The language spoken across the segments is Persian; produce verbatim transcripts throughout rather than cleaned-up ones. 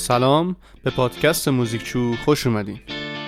سلام، به پادکست موزیکچو خوش اومدین.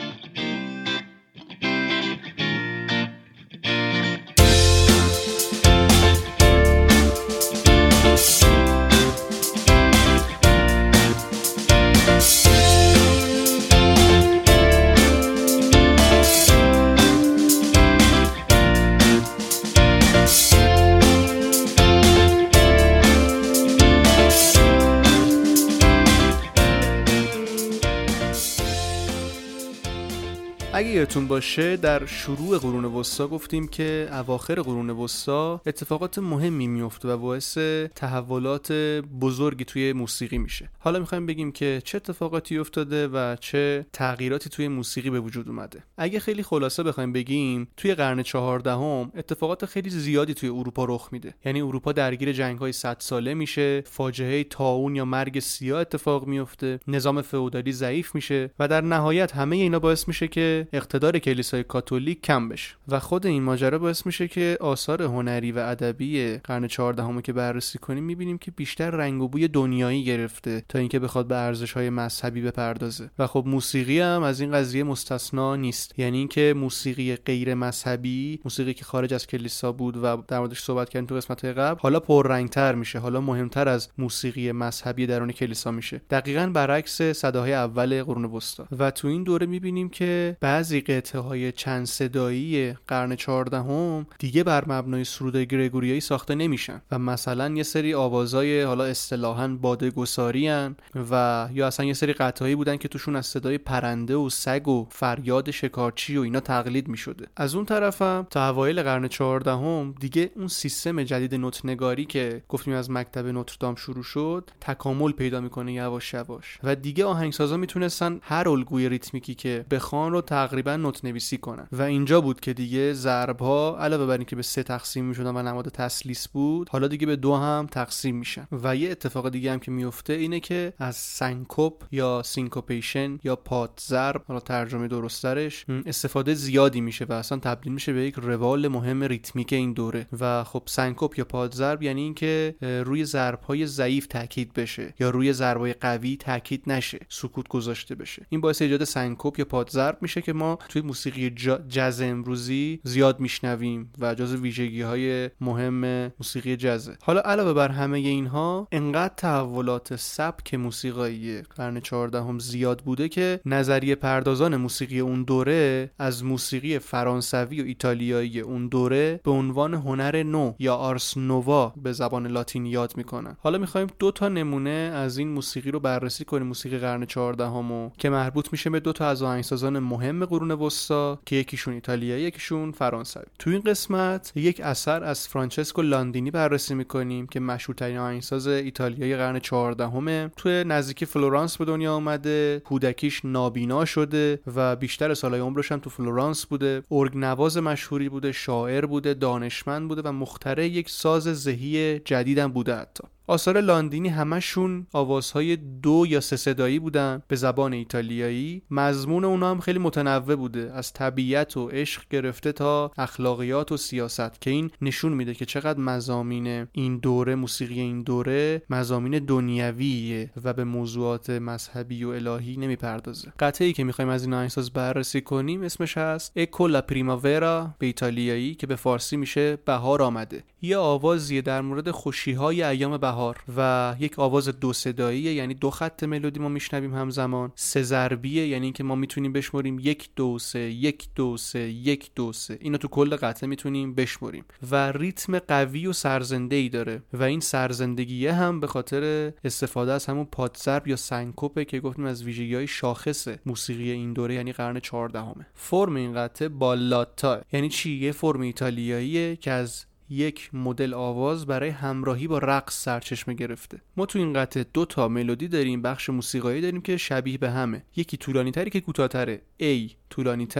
اگه یادتون باشه در شروع قرون وسطا گفتیم که اواخر قرون وسطا اتفاقات مهمی میفته و باعث تحولات بزرگی توی موسیقی میشه. حالا میخوایم بگیم که چه اتفاقاتی افتاده و چه تغییراتی توی موسیقی به وجود اومده. اگه خیلی خلاصه بخوایم بگیم، توی قرن چهاردهم اتفاقات خیلی زیادی توی اروپا رخ میده. یعنی اروپا درگیر جنگ‌های صد ساله میشه، فاجعه طاعون یا مرگ سیاه اتفاق میفته، نظام فئودالی ضعیف میشه و در نهایت همه اینا باعث میشه که اقتدار کلیسای کاتولیک کم بشه و خود این ماجرا باعث میشه که آثار هنری و ادبی قرن چهاردهم که بررسی کنیم میبینیم که بیشتر رنگ و بوی دنیایی گرفته تا اینکه بخواد به ارزش‌های مذهبی بپردازه. و خب موسیقی هم از این قضیه مستثنا نیست. یعنی اینکه موسیقی غیر مذهبی، موسیقی که خارج از کلیسا بود و در موردش صحبت کردیم تو قسمت‌های قبل، حالا پررنگ‌تر میشه، حالا مهمتر از موسیقی مذهبی درون کلیسا میشه. دقیقاً برعکس صداهای اول قرون وسطا. و تو این دوره میبینیم که بعضی قطعه‌های چند صدایی قرن چهاردهم دیگه بر مبنای سرود گرگوریایی ساخته نمیشن و مثلا یه سری آوازای حالا اصطلاحاً باده‌گساری ان و یا اصلا یه سری قطعه‌ای بودن که توشون از صدای پرنده و سگ و فریاد شکارچی و اینا تقلید میشده. از اون طرفم تا اوایل قرن چهاردهم دیگه اون سیستم جدید نوت‌نگاری که گفتیم از مکتب نوتردام شروع شد تکامل پیدا میکنه یواش یواش و دیگه آهنگسازا میتونستن هر الگوی ریتمیکی که بخوان رو تقریبا نوت نویسی کنن و اینجا بود که دیگه ضرب‌ها علاوه بر اینکه به سه تقسیم میشدن و نماد تثلیث بود، حالا دیگه به دو هم تقسیم میشن. و یه اتفاق دیگه هم که میفته اینه که از سنکوپ یا سینکوپیشن یا پاد ضرب، حالا ترجمه درست‌ترش، استفاده زیادی میشه و اصلا تبدیل میشه به یک روال مهم ریتمیک این دوره. و خب سنکوپ یا پاد ضرب یعنی اینکه روی ضرب‌های ضعیف تاکید بشه یا روی ضرب‌های قوی تاکید نشه، سکوت گذاشته بشه. این باعث ایجاد سنکوپ یا پاد ضرب میشه که ما توی موسیقی جاز امروزی زیاد میشنویم و جزو ویژگی‌های مهم موسیقی جازه. حالا علاوه بر همه اینها، انقدر تحولات سبک موسیقایی قرن چهاردهم زیاد بوده که نظریه پردازان موسیقی اون دوره از موسیقی فرانسوی و ایتالیایی اون دوره به عنوان هنر نو یا آرس نووا به زبان لاتین یاد میکنن. حالا میخوایم دو تا نمونه از این موسیقی رو بررسی کنیم، موسیقی قرن چهاردهم که مربوط میشه به دو تا از آهنگسازان مهم قرون وسطا که یکیشون ایتالیایی یکیشون فرانسوی. تو این قسمت یک اثر از فرانچسکو لاندینی بررسی میکنیم که مشهورترین آهنگساز ایتالیایی قرن چهاردهم. تو نزدیکی فلورانس به دنیا اومده، کودکیش نابینا شده و بیشتر سالهای عمرش هم تو فلورانس بوده. ارگ نواز مشهوری بوده، شاعر بوده، دانشمند بوده و مخترع یک ساز زهی جدیدم بوده. حتی آثار لاندینی همشون آوازهای دو یا سه صدایی بودن به زبان ایتالیایی. مضمون اونا هم خیلی متنوع بوده، از طبیعت و عشق گرفته تا اخلاقیات و سیاست، که این نشون میده که چقدر مضامین این دوره، موسیقی این دوره مضامین دنیویه و به موضوعات مذهبی و الهی نمیپردازه. قطعه‌ای که میخوایم از این آهنگساز بررسی کنیم اسمش هست اکو لا پریماورا به ایتالیایی که به فارسی میشه بهار آمده. یه آوازیه در مورد خوشی‌های ایام بهار و یک آواز دو صداییه، یعنی دو خط ملودی ما میشنویم همزمان. سه ضربیه، یعنی اینکه ما میتونیم بشمریم یک دو سه یک دو سه یک دو سه، اینو تو کل قطعه میتونیم بشمریم. و ریتم قوی و سرزنده‌ای داره و این سرزندگیه هم به خاطر استفاده از همون پاد ضرب یا سنکوپه که گفتیم از ویژگی‌های شاخص موسیقی این دوره یعنی قرن چهاردهم. فرم این قطعه بالاتا یعنی چی؟ یه فرم ایتالیاییه که از یک مدل آواز برای همراهی با رقص سرچشمه گرفته. ما تو این قطعه دو تا ملودی داریم، بخش موسیقایی داریم که شبیه به همه. یکی طولانی تری که کوتاه‌تره، A طولانی تره،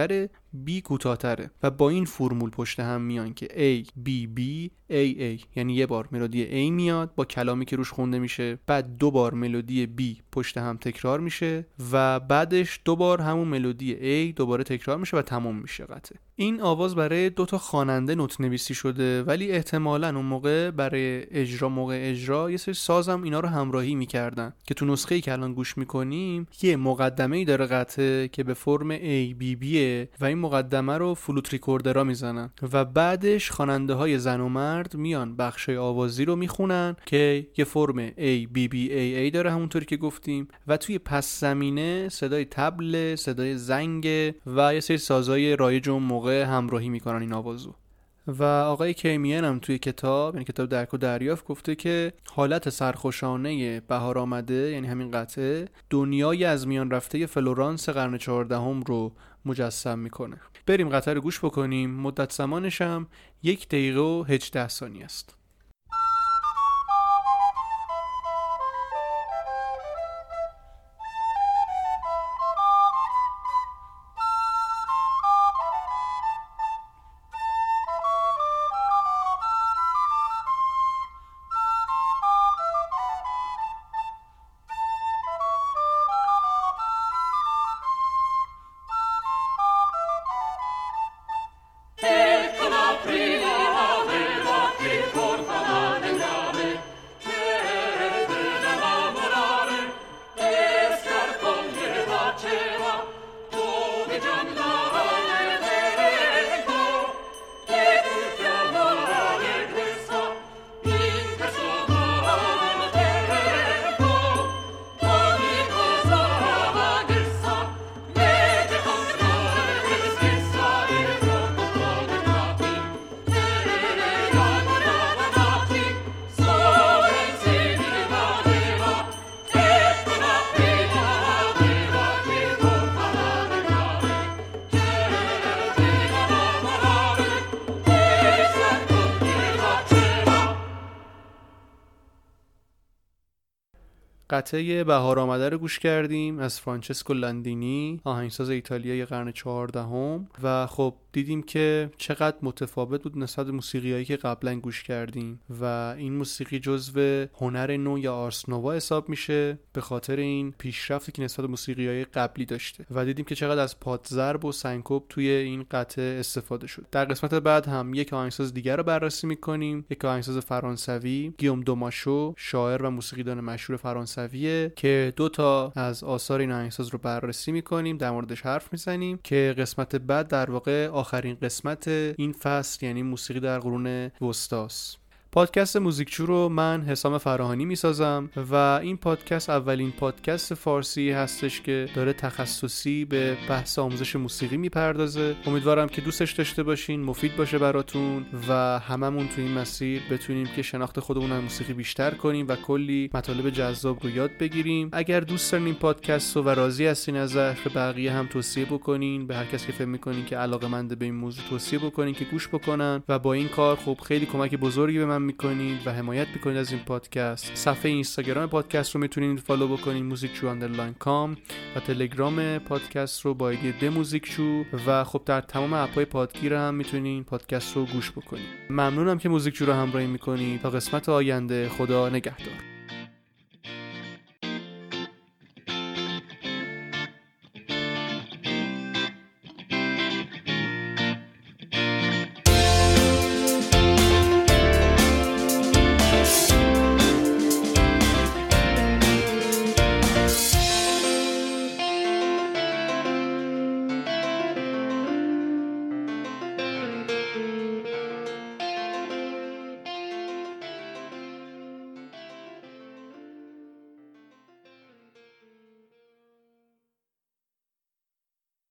B کوتاه‌تره و با این فرمول پشت هم میان که A B B A A، یعنی یه بار ملودی A میاد با کلامی که روش خونده میشه، بعد دو بار ملودی B پشت هم تکرار میشه و بعدش دو بار همون ملودی A دوباره تکرار میشه و تمام میشه قطعه. این آواز برای دو تا خواننده نوت نویسی شده، ولی احتمالاً اون موقع برای اجرا موقع اجرا یه سری سازم اینا رو همراهی میکردن که تو نسخه‌ای که الان گوش میکنیم یه مقدمه‌ای داره قطعه که به فرم A B B و این مقدمه رو فلوت ریکوردرها میزنن و بعدش خواننده‌های زن و مرد میان بخشای آوازی رو میخونن که یه فرم A B B A A داره همونطوری که گفتیم و توی پس زمینه صدای طبل، صدای زنگ و یه سری سازهای رایج اون موقع همراهی میکنن این آوازو. و آقای کیمین هم توی کتاب، یعنی کتاب درک و دریافت، گفته که حالت سرخوشانه بهار آمده، یعنی همین قطعه، دنیای از میان رفته فلورانس قرن چهاردهم رو مجسم میکنه. بریم قطعه رو گوش بکنیم. مدت زمانش هم یک دقیقه و هجده ثانیه است. قطعه بهار آمده رو گوش کردیم از فرانچسکو لاندینی، آهنگساز ایتالیایی قرن چهاردهم و خب دیدیم که چقدر متفاوت بود نسبت به موسیقیایی که قبلا گوش کردیم و این موسیقی جزو هنر نو یا آرس نووا حساب میشه به خاطر این پیشرفتی که نسبت به موسیقیای قبلی داشته و دیدیم که چقدر از پادضرب و سنکوپ توی این قطعه استفاده شد. در قسمت بعد هم یک آهنگساز دیگر رو بررسی میکنیم، یک آهنگساز فرانسوی، گیوم دوماشو، شاعر و موسیقیدان مشهور فرانسویه که دو تا از آثار این آهنگساز رو بررسی میکنیم، در موردش حرف میزنیم که قسمت بعد در واقع آخرین قسمت این فصل، یعنی موسیقی در قرون وسطاست. پادکست موزیکچو رو من حسام فراهانی میسازم و این پادکست اولین پادکست فارسی هستش که داره تخصصی به بحث آموزش موسیقی میپردازه. امیدوارم که دوستش داشته باشین، مفید باشه براتون و هممون تو این مسیر بتونیم که شناخت خودمون از موسیقی بیشتر کنیم و کلی مطالب جذاب رو یاد بگیریم. اگر دوست دارین این پادکست رو و راضی هستین ازش، به بقیه هم توصیه بکنین، به هر کسی که فکر می‌کنین که علاقه‌مند به این موضوع توصیه بکنین که گوش بکنن و با این کار خب خیلی کمک بزرگی به من میکنید و حمایت میکنید از این پادکست. صفحه اینستاگرام پادکست رو میتونید فالو بکنید، موزیکچو اندرلاین کام، و تلگرام پادکست رو با آیدی د موزیکچو و خب در تمام اپ‌های پادگیر هم میتونید پادکست رو گوش بکنید. ممنونم که موزیکچو رو همراهی میکنید. تا قسمت آینده، خدا نگهدار.